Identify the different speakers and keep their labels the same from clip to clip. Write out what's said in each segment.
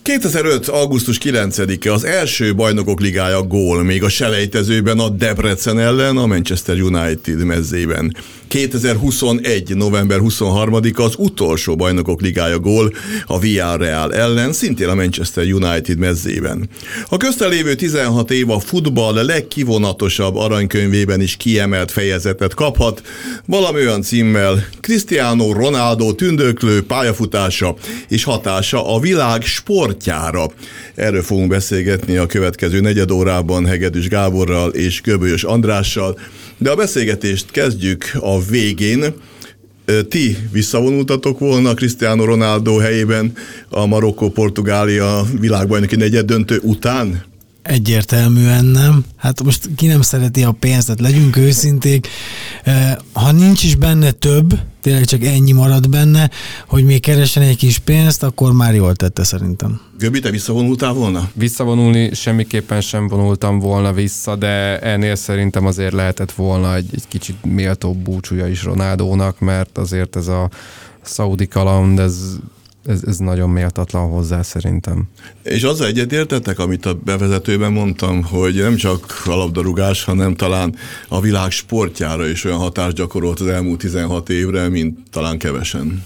Speaker 1: 2005. augusztus 9-e az első Bajnokok Ligája gól, még a selejtezőben a Debrecen ellen a Manchester United mezzében. 2021. november 23-a az utolsó Bajnokok Ligája gól a Villarreal ellen, szintén a Manchester United mezzében. A közten lévő 16 év a futball legkivonatosabb aranykönyvében is kiemelt fejezetet kaphat, valami olyan címmel: Cristiano Ronaldo tündöklő pályafutása és hatása a világ sportjára. Erről fogunk beszélgetni a következő negyed órában Hegedűs Gáborral és Göbölyös Andrással, de a beszélgetést kezdjük a végén. Ti visszavonultatok volna Cristiano Ronaldo helyében a Marokkó-Portugália világbajnoki negyeddöntő után?
Speaker 2: Egyértelműen nem. Hát most ki nem szereti a pénzt, tehát legyünk őszinték. Ha nincs is benne több, tényleg csak ennyi marad benne, hogy még keresen egy kis pénzt, akkor már jól tette szerintem.
Speaker 1: Göbi, te visszavonultál volna?
Speaker 3: Visszavonulni semmiképpen sem vonultam volna vissza, de ennél szerintem azért lehetett volna egy kicsit méltóbb búcsúja is Ronaldónak, mert azért ez a szaudi kaland, ez nagyon méltatlan hozzá szerintem.
Speaker 1: És azzal egyetértettek, amit a bevezetőben mondtam, hogy nem csak a labdarúgás, hanem talán a világ sportjára is olyan hatást gyakorolt az elmúlt 16 évre, mint talán kevesen.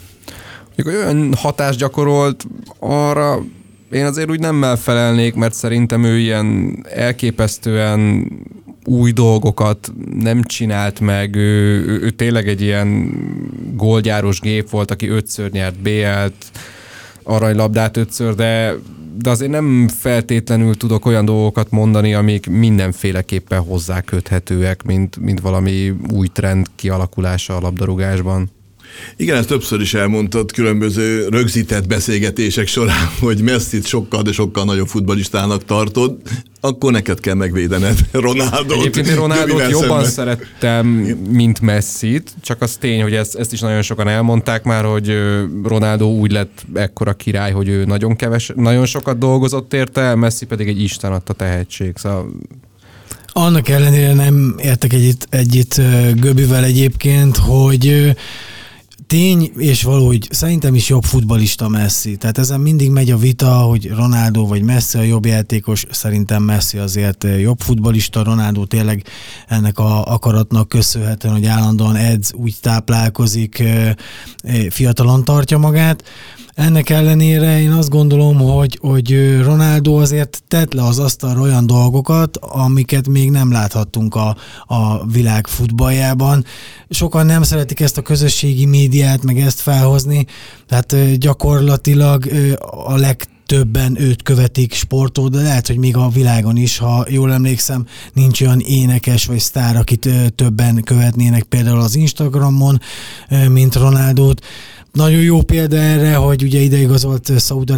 Speaker 3: Olyan hatást gyakorolt, arra én azért úgy nem felelnék, mert szerintem ő ilyen elképesztően új dolgokat nem csinált meg, ő tényleg egy ilyen gólgyáros gép volt, aki 5-ször nyert BL-t, aranylabdát 5-ször, de azért nem feltétlenül tudok olyan dolgokat mondani, amik mindenféleképpen hozzá köthetőek, mint valami új trend kialakulása a labdarúgásban.
Speaker 1: Igen, ezt többször is elmondtad különböző rögzített beszélgetések során, hogy Messit sokkal, de sokkal nagyobb futballistának tartod, akkor neked kell megvédened Ronaldót.
Speaker 3: Egyébként én Ronaldót jobban szerettem, mint Messit, csak az tény, hogy ezt is nagyon sokan elmondták már, hogy Ronaldo úgy lett ekkora király, hogy ő nagyon sokat dolgozott érte, Messi pedig egy isten adta tehetség, szóval...
Speaker 2: Annak ellenére nem értek együtt Göbivel egyébként, hogy tény és való, hogy szerintem is jobb futballista Messi. Tehát ezen mindig megy a vita, hogy Ronaldo vagy Messi a jobb játékos. Szerintem Messi azért jobb futballista, Ronaldo tényleg ennek a akaratnak köszönhetően, hogy állandóan edz, úgy táplálkozik, fiatalon tartja magát. Ennek ellenére én azt gondolom, hogy Ronaldo azért tett le az asztalra olyan dolgokat, amiket még nem láthattunk a világ futballjában. Sokan nem szeretik ezt a közösségi médiát, meg ezt felhozni, tehát gyakorlatilag a legtöbben őt követik sportol, de lehet, hogy még a világon is, ha jól emlékszem, nincs olyan énekes vagy sztár, akit többen követnének például az Instagramon, mint Ronaldót. Nagyon jó példa erre, hogy ugye ideigazolt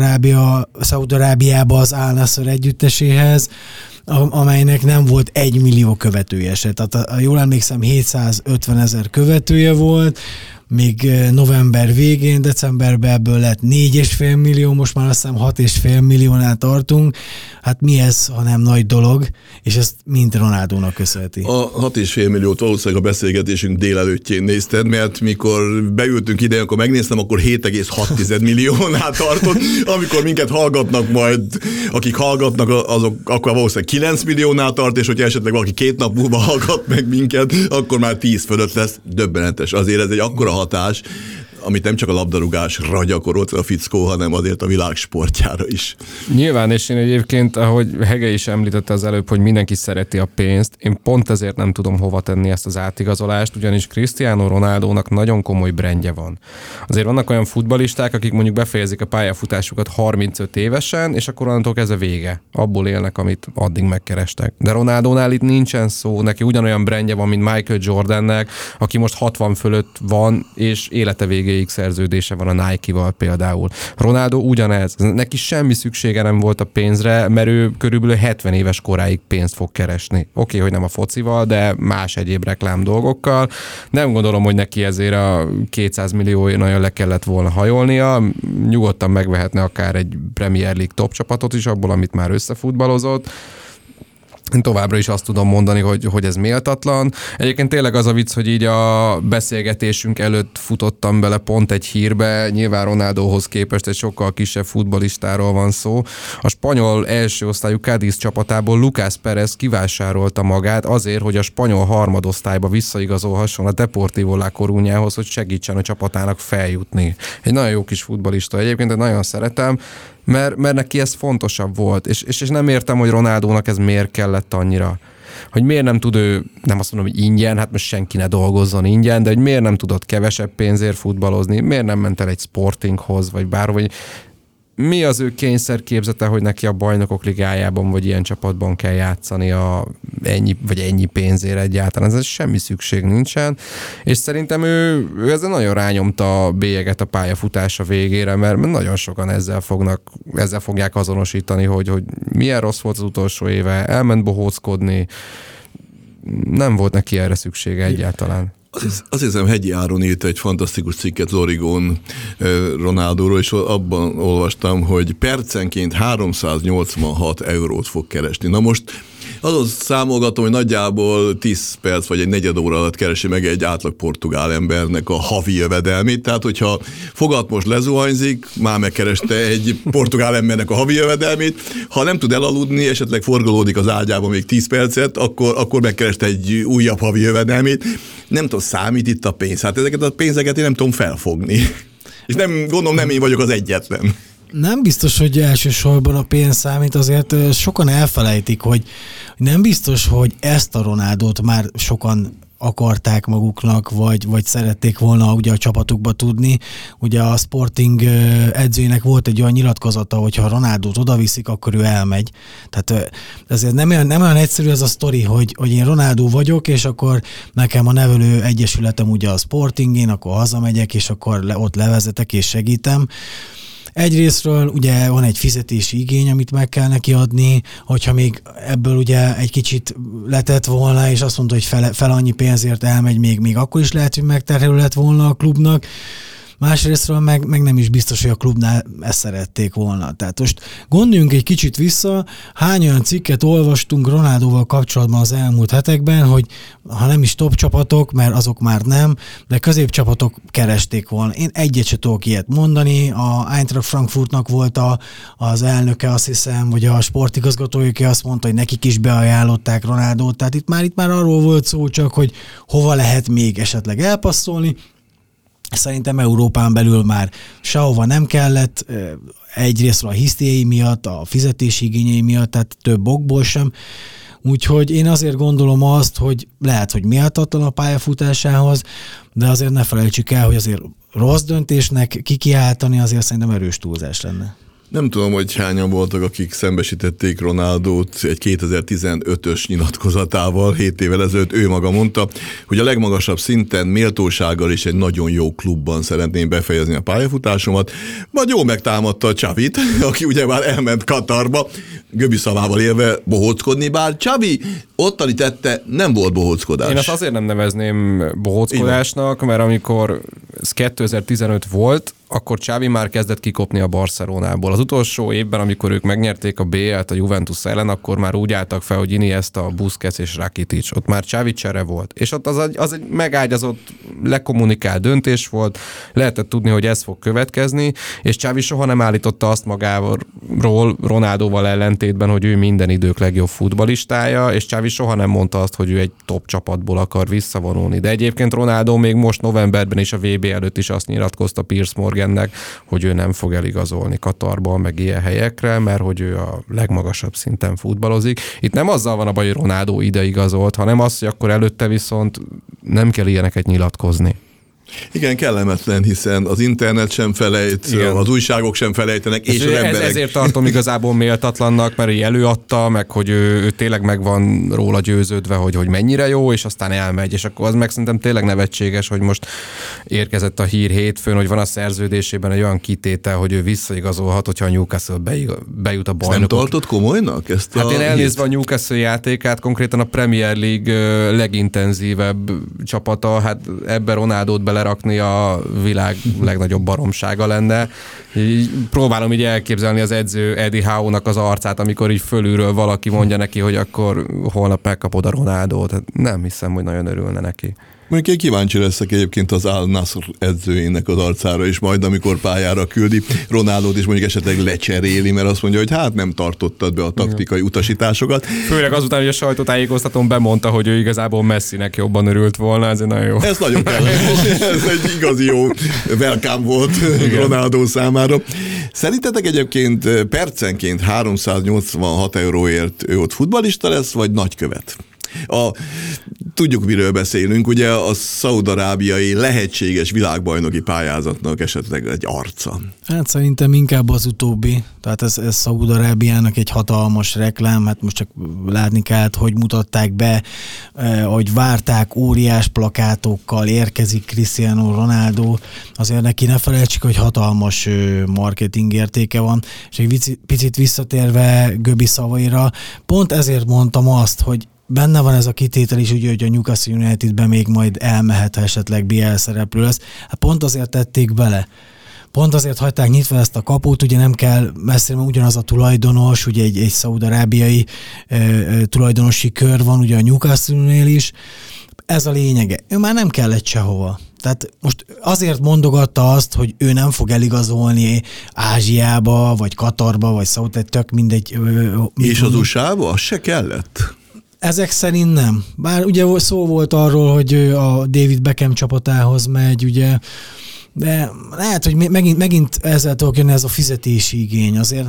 Speaker 2: Szaúd-Arábiába az Al Nassr együtteséhez, amelynek nem volt 1 millió követője se. Tehát jól emlékszem, 750 000 követője volt, még november végén, decemberben ebből lett 4,5 millió, most már azt hiszem 6,5 milliónál tartunk. Hát mi ez, ha nem nagy dolog, és ezt mind Ronaldónak köszönheti.
Speaker 1: A 6,5 milliót valószínűleg a beszélgetésünk délelőttjén nézted, mert mikor beültünk ide, akkor megnéztem, akkor 7,6 milliónál tartott. Amikor minket hallgatnak majd, akik hallgatnak, azok akkor valószínűleg 9 milliónál tart, és hogyha esetleg valaki 2 nap múlva hallgat meg minket, akkor már 10 fölött lesz. Döbbenetes. Azért ez egy akkora hatás, amit nem csak a labdarúgásra gyakorolt a fickó, hanem azért a világ sportjára is.
Speaker 3: Nyilván, és én egyébként, ahogy Hege is említette az előbb, hogy mindenki szereti a pénzt, én pont ezért nem tudom hova tenni ezt az átigazolást, ugyanis Cristiano Ronaldónak nagyon komoly brandje van. Azért vannak olyan futballisták, akik mondjuk befejezik a pályafutásukat 35 évesen, és akkor onnantól kezdve vége. Abból élnek, amit addig megkerestek. De Ronaldónál itt nincsen szó, neki ugyanolyan brandje van, mint Michael Jordannek, aki most 60 fölött van, és élete végéig szerződése van a Nike-val például. Ronaldo ugyanez. Neki semmi szüksége nem volt a pénzre, mert ő körülbelül 70 éves koráig pénzt fog keresni. Oké, hogy nem a focival, de más egyéb reklám dolgokkal. Nem gondolom, hogy neki ezért a 200 millió nagyon le kellett volna hajolnia. Nyugodtan megvehetne akár egy Premier League top csapatot is abból, amit már összefutballozott. Továbbra is azt tudom mondani, hogy ez méltatlan. Egyébként tényleg az a vicc, hogy így a beszélgetésünk előtt futottam bele pont egy hírbe, nyilván Ronaldóhoz képest egy sokkal kisebb futballistáról van szó. A spanyol első osztályú Cádiz csapatából Lucas Pérez kivásárolta magát azért, hogy a spanyol harmadosztályba visszaigazolhasson a Deportivo La Coruñához, hogy segítsen a csapatának feljutni. Egy nagyon jó kis futballista egyébként, nagyon szeretem, mert neki ez fontosabb volt, és nem értem, hogy Ronaldónak ez miért kellett annyira. Hogy miért nem tud ő, nem azt mondom, hogy ingyen, hát most senki ne dolgozzon ingyen, de hogy miért nem tudott kevesebb pénzért futballozni, miért nem ment el egy Sportinghoz, vagy bárhol, vagy mi az ő kényszerképzete, hogy neki a Bajnokok Ligájában vagy ilyen csapatban kell játszani ennyi pénzért egyáltalán. Ez semmi szükség nincsen, és szerintem ő ezzel nagyon rányomta a bélyeget a pályafutása végére, mert nagyon sokan ezzel fogják azonosítani, hogy milyen rossz volt az utolsó éve, elment bohóckodni, nem volt neki erre szüksége egyáltalán.
Speaker 1: Azt hiszem, Hegyi Áron írt egy fantasztikus cikket Lorigón Ronaldóról, és abban olvastam, hogy percenként 386 eurót fog keresni. Na most azon számolgatom, hogy nagyjából 10 perc vagy egy negyed óra alatt keresi meg egy átlag portugál embernek a havi jövedelmét. Tehát, hogyha fogat most lezuhanyzik, már megkereste egy portugál embernek a havi jövedelmét. Ha nem tud elaludni, esetleg forgolódik az ágyában még 10 percet, akkor megkereste egy újabb havi jövedelmét. Nem tudom, számít itt a pénz. Hát ezeket a pénzeket én nem tudom felfogni. És gondolom, nem én vagyok az egyetlen.
Speaker 2: Nem biztos, hogy elsősorban a pénz számít, azért sokan elfelejtik, hogy nem biztos, hogy ezt a Ronaldót már sokan akarták maguknak, vagy szerették volna ugye a csapatukba tudni. Ugye a Sporting edzőjének volt egy olyan nyilatkozata, hogy ha Ronaldót odaviszik, akkor ő elmegy. Tehát ezért nem olyan egyszerű ez a sztori, hogy én Ronaldó vagyok, és akkor nekem a nevelő egyesületem ugye a Sportingén, akkor hazamegyek, és akkor ott levezetek és segítem. Egyrésztről ugye van egy fizetési igény, amit meg kell neki adni, hogyha még ebből ugye egy kicsit letett volna, és azt mondta, hogy fel annyi pénzért elmegy, még akkor is lehet, hogy megterhelő lett volna a klubnak. Másrésztről meg nem is biztos, hogy a klubnál ezt szerették volna. Tehát most gondoljunk egy kicsit vissza, hány olyan cikket olvastunk Ronaldóval kapcsolatban az elmúlt hetekben, hogy ha nem is top csapatok, mert azok már nem, de középcsapatok keresték volna. Én egyet se tudok ilyet mondani, a Eintracht Frankfurtnak volt az elnöke, azt hiszem, vagy a sportigazgatója, aki azt mondta, hogy nekik is beajánlották Ronaldót, tehát itt már arról volt szó csak, hogy hova lehet még esetleg elpasszolni. Szerintem Európán belül már sehova nem kellett, egyrésztről a hisztiei miatt, a fizetési igényei miatt, tehát több okból sem. Úgyhogy én azért gondolom azt, hogy lehet, hogy méltatlan a pályafutásához, de azért ne felejtsük el, hogy azért rossz döntésnek kikiáltani azért szerintem erős túlzás lenne.
Speaker 1: Nem tudom, hogy hányan voltak, akik szembesítették Ronaldót egy 2015-ös nyilatkozatával, 7 évvel ezelőtt ő maga mondta, hogy a legmagasabb szinten méltósággal és egy nagyon jó klubban szeretném befejezni a pályafutásomat, majd jól megtámadta a Xavit, aki ugye már elment Katarba, Göbi szavával élve bohóckodni, bár Xavi ottani tette, nem volt bohóckodás.
Speaker 3: Én azt azért nem nevezném bohóckodásnak, mert amikor ez 2015 volt, akkor Xavi már kezdett kikopni a Barcelonából. Az utolsó évben, amikor ők megnyerték a BL-t a Juventus ellen, akkor már úgy álltak fel, hogy Iniesta, Busquets és Rakitic. Ott már Xavi csere volt. És ott az egy megágyazott, lekommunikált döntés volt, lehetett tudni, hogy ez fog következni, és Xavi soha nem állította azt magáról Ronaldóval ellentétben, hogy ő minden idők legjobb futballistája, és Xavi soha nem mondta azt, hogy ő egy top csapatból akar visszavonulni. De egyébként Ronaldo még most novemberben is a VB előtt is azt nyilatkozta Piers Morgannek, hogy ő nem fog eligazolni Katarban, meg ilyen helyekre, mert hogy ő a legmagasabb szinten futballozik. Itt nem azzal van a baj, hogy Ronaldo ide igazolt, hanem az, hogy akkor előtte viszont nem kell ilyeneket nyilatkozni.
Speaker 1: Igen, kellemetlen, hiszen az internet sem felejt, igen. Az újságok sem felejtenek, és az emberek.
Speaker 3: Ezért tartom igazából méltatlannak, mert ő előadta, meg hogy ő tényleg meg van róla győződve, hogy mennyire jó, és aztán elmegy, és akkor az meg szerintem tényleg nevetséges, hogy most érkezett a hír hétfőn, hogy van a szerződésében egy olyan kitétel, hogy ő visszaigazolhat, hogyha a Newcastle bejut a bajnokok.
Speaker 1: Nem tartott komolynak ezt
Speaker 3: Hát én elnézve a Newcastle játékát, konkrétan a Premier League legintenzívebb csapata, hát ebben Ronaldót bele berakni, a világ legnagyobb baromsága lenne. Így próbálom így elképzelni az edző Eddie Howe-nak az arcát, amikor így fölülről valaki mondja neki, hogy akkor holnap megkapod a Ronaldót. Nem hiszem, hogy nagyon örülne neki.
Speaker 1: Mondjuk én kíváncsi leszek egyébként az Al Nassr edzőjének az arcára is majd, amikor pályára küldi Ronaldót, és mondjuk esetleg lecseréli, mert azt mondja, hogy hát nem tartottad be a taktikai utasításokat.
Speaker 3: Főleg azután, hogy a sajtótájékoztatón bemondta, hogy ő igazából Messinek jobban örült volna, ez nagyon jó.
Speaker 1: Ez nagyon kellemes, ez egy igazi jó welcome volt Ronaldo számára. Szerintetek egyébként percenként 386 euróért ő ott futballista lesz, vagy nagykövet? Tudjuk, miről beszélünk, ugye a szaúd-arábiai lehetséges világbajnoki pályázatnak esetleg egy arca.
Speaker 2: Hát szerintem inkább az utóbbi. Tehát ez Szaúd-Arábiának egy hatalmas reklám, hát most csak látni kellett, hogy mutatták be, hogy várták óriás plakátokkal, érkezik Cristiano Ronaldo. Azért neki ne felejtsük, hogy hatalmas marketing értéke van, és egy picit visszatérve Göbi szavaira, pont ezért mondtam azt, hogy benne van ez a kitétel is, ugye, hogy a Newcastle Unitedben még majd elmehet, ha esetleg BL szereplő lesz. Hát pont azért tették bele. Pont azért hagyták nyitva ezt a kaput, ugye nem kell messzire, mert ugyanaz a tulajdonos, ugye egy szaúd-arábiai tulajdonosi kör van, ugye a Newcastle-nél is. Ez a lényege. Ő már nem kellett sehova. Tehát most azért mondogatta azt, hogy ő nem fog eligazolni Ázsiába, vagy Katarba, vagy Szaúd, tök mindegy.
Speaker 1: És az USA-ba? Az se kellett?
Speaker 2: Ezek szerint nem. Bár ugye szó volt arról, hogy a David Beckham csapatához megy, ugye, de lehet, hogy megint ezzel tudok jönni, ez a fizetési igény. Azért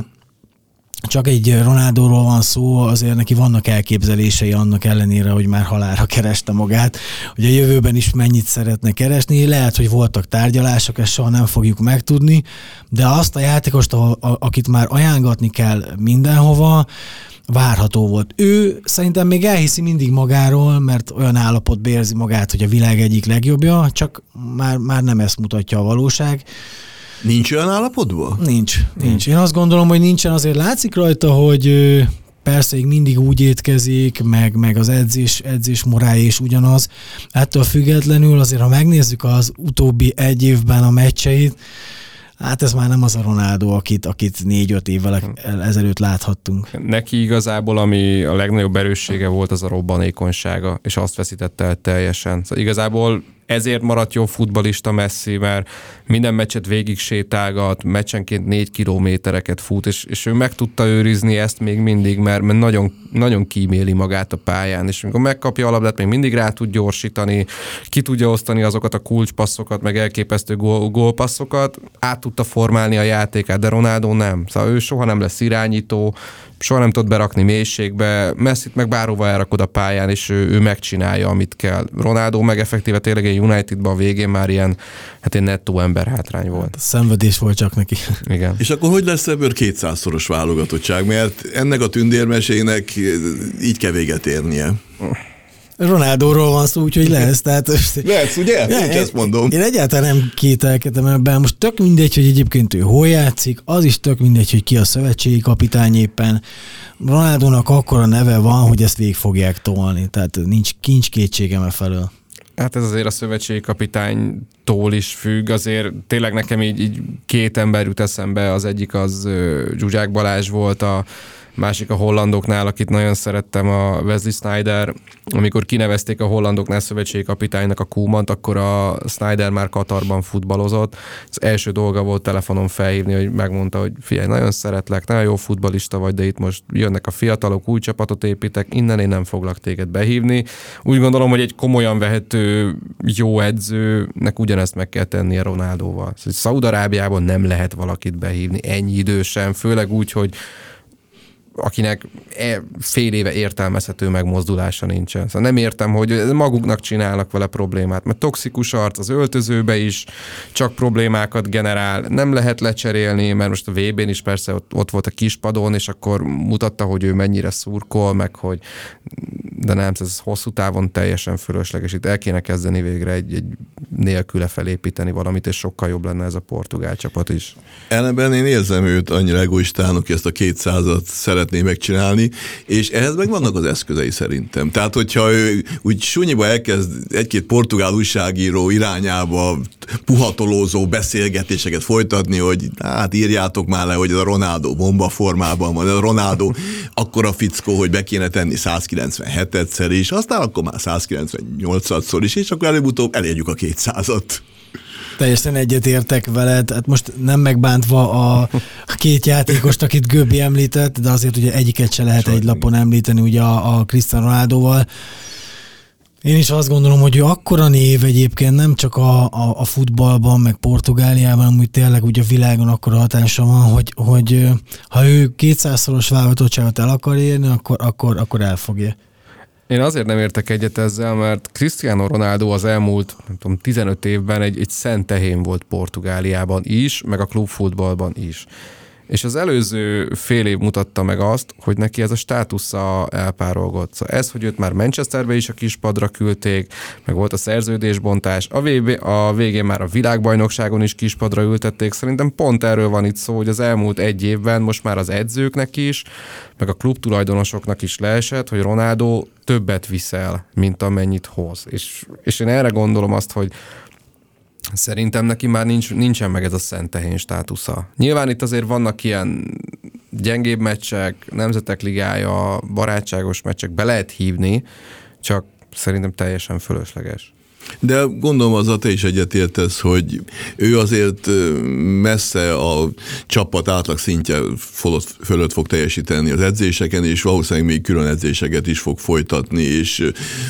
Speaker 2: csak egy Ronaldóról van szó, azért neki vannak elképzelései annak ellenére, hogy már halálra kereste magát, hogy a jövőben is mennyit szeretne keresni. Lehet, hogy voltak tárgyalások, ezt soha nem fogjuk megtudni, de azt a játékost, akit már ajánlgatni kell mindenhova, várható volt. Ő szerintem még elhiszi mindig magáról, mert olyan állapotban érzi magát, hogy a világ egyik legjobbja, csak már nem ezt mutatja a valóság.
Speaker 1: Nincs olyan állapotban?
Speaker 2: Nincs. Én azt gondolom, hogy nincsen, azért látszik rajta, hogy persze még mindig úgy étkezik, meg az edzés morálja is ugyanaz. Ettől függetlenül azért, ha megnézzük az utóbbi egy évben a meccseit, hát ez már nem az a Ronaldo, akit 4-5 évvel ezelőtt láthattunk.
Speaker 3: Neki igazából, ami a legnagyobb erőssége volt, az a robbanékonysága, és azt veszítette el teljesen. Szóval igazából ezért maradt jó futballista Messi, mert minden meccset végig sétálgat, meccsenként 4 kilométereket fut, és ő meg tudta őrizni ezt még mindig, mert nagyon, nagyon kíméli magát a pályán, és amikor megkapja a labdát, még mindig rá tud gyorsítani, ki tudja osztani azokat a kulcspasszokat, meg elképesztő gólpasszokat, át tudta formálni a játékát, de Ronaldo nem. Szóval ő soha nem lesz irányító, soha nem tud berakni mélységbe, Messit meg bárhova elrakod a pályán, és ő megcsinálja, amit kell. Ronaldo meg effektíve tényleg egy Unitedban a végén már ilyen nettó ember hátrány volt.
Speaker 2: Hát, szenvedés volt csak neki.
Speaker 3: Igen.
Speaker 1: És akkor hogy lesz ebből 200-szoros válogatottság? Mert ennek a tündérmesének így kell véget érnie.
Speaker 2: Ronaldóról van szó, úgyhogy lesz. Tehát,
Speaker 1: lesz, ugye? Én ezt mondom.
Speaker 2: Én egyáltalán nem kételkedem ebben. Most tök mindegy, hogy egyébként ő hol játszik, az is tök mindegy, hogy ki a szövetségi kapitány éppen. Ronaldónak akkora neve van, hogy ezt végig fogják tolni. Tehát nincs kétségem e felől.
Speaker 3: Hát ez azért a szövetségi kapitánytól is függ, azért tényleg nekem így 2 ember jut eszembe, az egyik az Zsuzsák Balázs volt, a másik a hollandoknál, akit nagyon szerettem, a Wesley Sneijder. Amikor kinevezték a hollandoknál szövetségi kapitánynak a Koemant, akkor a Sneijder már Katarban futballozott. Az első dolga volt telefonon felhívni, hogy megmondta, hogy figyelj, nagyon szeretlek, nagyon jó futballista vagy, de itt most jönnek a fiatalok, új csapatot építek, innen én nem foglak téged behívni. Úgy gondolom, hogy egy komolyan vehető jó edzőnek ugyanezt meg kell tennie Ronaldóval. Szaúd-Arábiában nem lehet valakit behívni ennyi idősen, főleg úgy, hogy akinek fél éve értelmezhető megmozdulása nincsen. Szóval nem értem, hogy maguknak csinálnak vele problémát, mert toxikus arc az öltözőbe is csak problémákat generál, nem lehet lecserélni, mert most a VB-n is persze ott volt a kispadon, és akkor mutatta, hogy ő mennyire szurkol, meg hogy de nem, ez hosszú távon teljesen fölösleges. Itt el kéne kezdeni végre egy nélküle felépíteni valamit, és sokkal jobb lenne ez a portugál csapat is.
Speaker 1: Ellenben én érzem őt annyira egoistának, hogy ezt a 200-at szeretné megcsinálni, és ehhez meg vannak az eszközei szerintem. Tehát, hogyha ő úgy sunyiba elkezd egy-két portugál újságíró irányába puhatolózó beszélgetéseket folytatni, hogy hát írjátok már le, hogy ez a Ronaldo bomba formában van, ez a Ronaldo akkora fickó, hogy be kéne tenni 197-szer is, aztán akkor már 198-szor is, és akkor előbb-utóbb elérjük a 200-at.
Speaker 2: Teljesen egyetértek veled, hát most nem megbántva a két játékost, akit Göbbi említett, de azért ugye egyiket se lehet egy lapon említeni ugye a Cristiano Ronaldóval. Én is azt gondolom, hogy ő akkora név egyébként nem csak a futballban, meg Portugáliában, amúgy tényleg ugye a világon akkora hatása van, hogy ha ő 200-szoros válogatottságot el akar érni, akkor elfogja.
Speaker 3: Én azért nem értek egyet ezzel, mert Cristiano Ronaldo az elmúlt, nem tudom, 15 évben egy szent tehén volt Portugáliában is, meg a klubfutballban is. És az előző fél év mutatta meg azt, hogy neki ez a státusza elpárolgott. Szóval ez, hogy őt már Manchesterbe is a kispadra küldték, meg volt a szerződésbontás, a végén már a világbajnokságon is kispadra ültették. Szerintem pont erről van itt szó, hogy az elmúlt egy évben most már az edzőknek is, meg a klubtulajdonosoknak is leesett, hogy Ronaldo többet viszel, mint amennyit hoz. És én erre gondolom azt, hogy szerintem neki már nincsen meg ez a szent tehén státusza. Nyilván itt azért vannak ilyen gyengébb meccsek, nemzetek ligája, barátságos meccsek, be lehet hívni, csak szerintem teljesen fölösleges.
Speaker 1: De gondolom azzal te is egyetértesz, hogy ő azért messze a csapat átlag szintje fölött fog teljesíteni az edzéseken, és valószínűleg még külön edzéseket is fog folytatni, és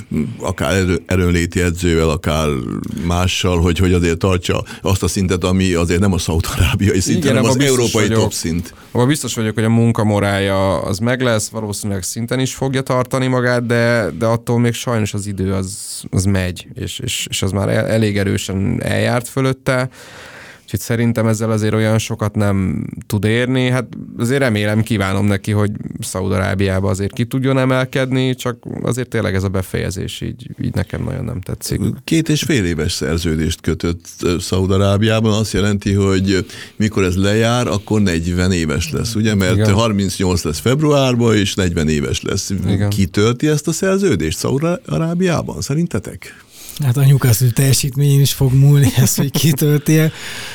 Speaker 1: akár erőnléti edzővel, akár mással, hogy azért tartsa azt a szintet, ami azért nem a szaúd-arábiai szint, hanem az európai top szint.
Speaker 3: Abban biztos vagyok, hogy a munkamorája az meg lesz, valószínűleg szinten is fogja tartani magát, de attól még sajnos az idő az megy, és az már elég erősen eljárt fölötte, úgyhogy szerintem ezzel azért olyan sokat nem tud érni. Hát azért remélem, kívánom neki, hogy Szaúd-Arábiába azért ki tudjon emelkedni, csak azért tényleg ez a befejezés így nekem nagyon nem tetszik.
Speaker 1: 2,5 éves szerződést kötött Szaúd-Arábiában, azt jelenti, hogy mikor ez lejár, akkor 40 éves lesz, ugye? Mert igen. 38 lesz februárban, és 40 éves lesz. Igen. Ki tölti ezt a szerződést Szaúd-Arábiában, szerintetek?
Speaker 2: Hát a Newcastle teljesítményén is fog múlni ez, hogy kitölti-e.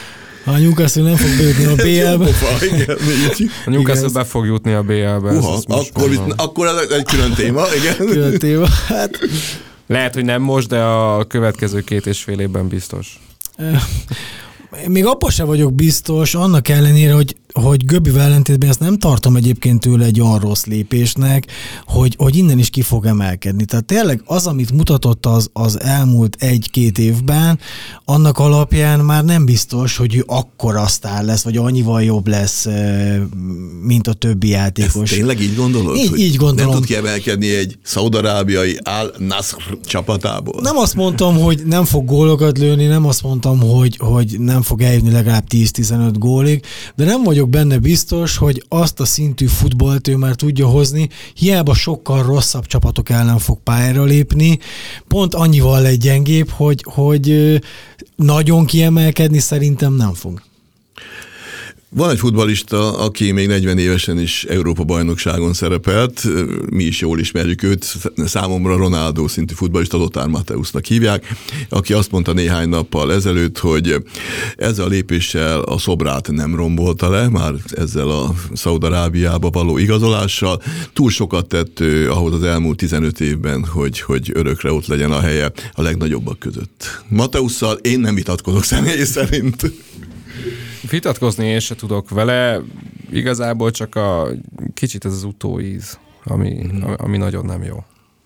Speaker 2: A Newcastle nem fog bejutni a BL-be.
Speaker 3: A Newcastle be fog jutni a BL-be.
Speaker 1: Akkor ez egy külön téma, igen.
Speaker 2: Külön téma, hát.
Speaker 3: Lehet, hogy nem most, de a következő 2,5 évben biztos.
Speaker 2: Még abban sem vagyok biztos, annak ellenére, hogy Göbbivel ellentétben ezt nem tartom egyébként tőle egy olyan rossz lépésnek, hogy innen is ki fog emelkedni. Tehát tényleg az, amit mutatott az elmúlt 1-2 évben, annak alapján már nem biztos, hogy ő akkora sztár lesz, vagy annyival jobb lesz, mint a többi játékos.
Speaker 1: Ezt tényleg így gondolod?
Speaker 2: Így gondolom.
Speaker 1: Nem tud kiemelkedni egy szaúd-arábiai Al-Nasr csapatából?
Speaker 2: Nem azt mondtam, hogy nem fog gólokat lőni, nem azt mondtam, hogy nem fog eljutni legalább 10-15 gólig, de nem vagyok benne biztos, hogy azt a szintű futballt ő már tudja hozni, hiába sokkal rosszabb csapatok ellen fog pályára lépni, pont annyival egy gyengébb, hogy nagyon kiemelkedni szerintem nem fog.
Speaker 1: Van egy futballista, aki még 40 évesen is Európa-bajnokságon szerepelt, mi is jól ismerjük őt, számomra Ronaldo szintű futballista, Lothar Matthäusnak hívják, aki azt mondta néhány nappal ezelőtt, hogy ezzel a lépéssel a szobrát nem rombolta le, már ezzel a Szaúd-Arábiába való igazolással. Túl sokat tett ahhoz az elmúlt 15 évben, hogy örökre ott legyen a helye a legnagyobbak között. Matthäusszal én nem vitatkozok személy szerint.
Speaker 3: Vitatkozni én se tudok vele, igazából csak kicsit ez az utóíz, ami nagyon nem jó.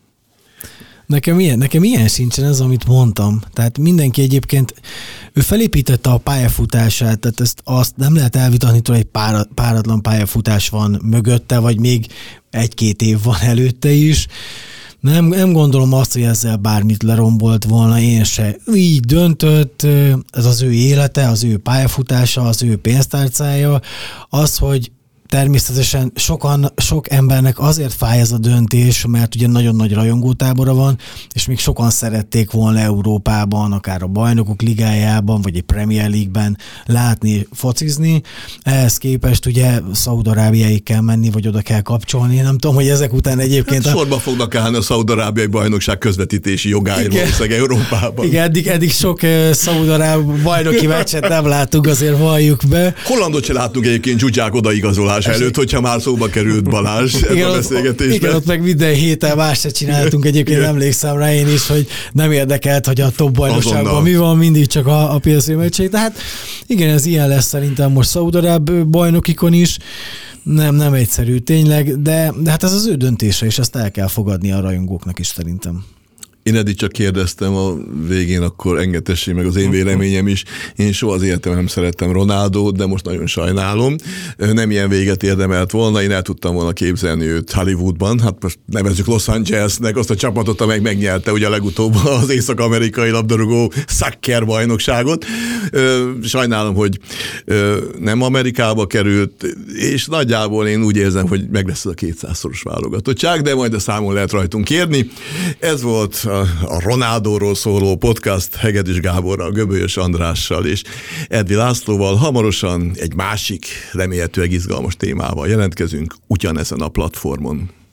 Speaker 2: Nekem ilyen sincsen ez, amit mondtam. Tehát mindenki egyébként, ő felépítette a pályafutását, tehát azt nem lehet elvitatni tőle, egy páratlan pályafutás van mögötte, vagy még 1-2 év van előtte is. Nem gondolom azt, hogy ezzel bármit lerombolt volna, én se. Így döntött, ez az ő élete, az ő pályafutása, az ő pénztárcája, az, hogy természetesen sok embernek azért fáj ez a döntés, mert ugye nagyon nagy rajongótábora van, és még sokan szerették volna Európában, akár a Bajnokok Ligájában, vagy egy Premier League-ben látni, focizni. Ehhez képest ugye Szaúd-Arábiáig kell menni, vagy oda kell kapcsolni. Nem tudom, hogy ezek után egyébként...
Speaker 1: Sorba fognak állni a Szaúd-Arábiai bajnokság közvetítési jogáért valószínűleg Európában.
Speaker 2: Igen, eddig sok Szaúd-Aráb bajnoki meccset nem láttuk, azért valljuk be.
Speaker 1: Hollandot se láttuk egyébként Zsuzsák odaigazolás előtt, hogyha már szóba került Balázs ebben a beszélgetésben.
Speaker 2: Igen, ott meg minden héten más se csináltunk egyébként, emlékszem rá én is, hogy nem érdekelt, hogy a top bajnokságban mi van, mindig csak a PSV meccsei. Tehát igen, ez ilyen lesz szerintem most Szaúd-Aráb bajnokikon is. Nem egyszerű tényleg, de hát ez az ő döntése, és ezt el kell fogadni a rajongóknak is szerintem.
Speaker 1: Én eddig csak kérdeztem a végén, akkor engedtessék meg az én véleményem is. Én soha az életemben nem szerettem Ronaldót, de most nagyon sajnálom. Nem ilyen véget érdemelt volna, én el tudtam volna képzelni őt Hollywoodban, hát most nevezzük Los Angelesnek, azt a csapatot, amely megnyerte ugye legutóbb az észak-amerikai labdarúgó soccer bajnokságot. Sajnálom, hogy nem Amerikába került, és nagyjából én úgy érzem, hogy meg lesz ez a 200-szoros válogatottság, de majd a számon lehet rajtunk kérni. Ez volt a Ronaldóról szóló podcast Hegedűs Gáborral, Göbölyös Andrással és Edvi Lászlóval. Hamarosan egy másik, remélhetőleg izgalmas témával jelentkezünk ugyanezen a platformon.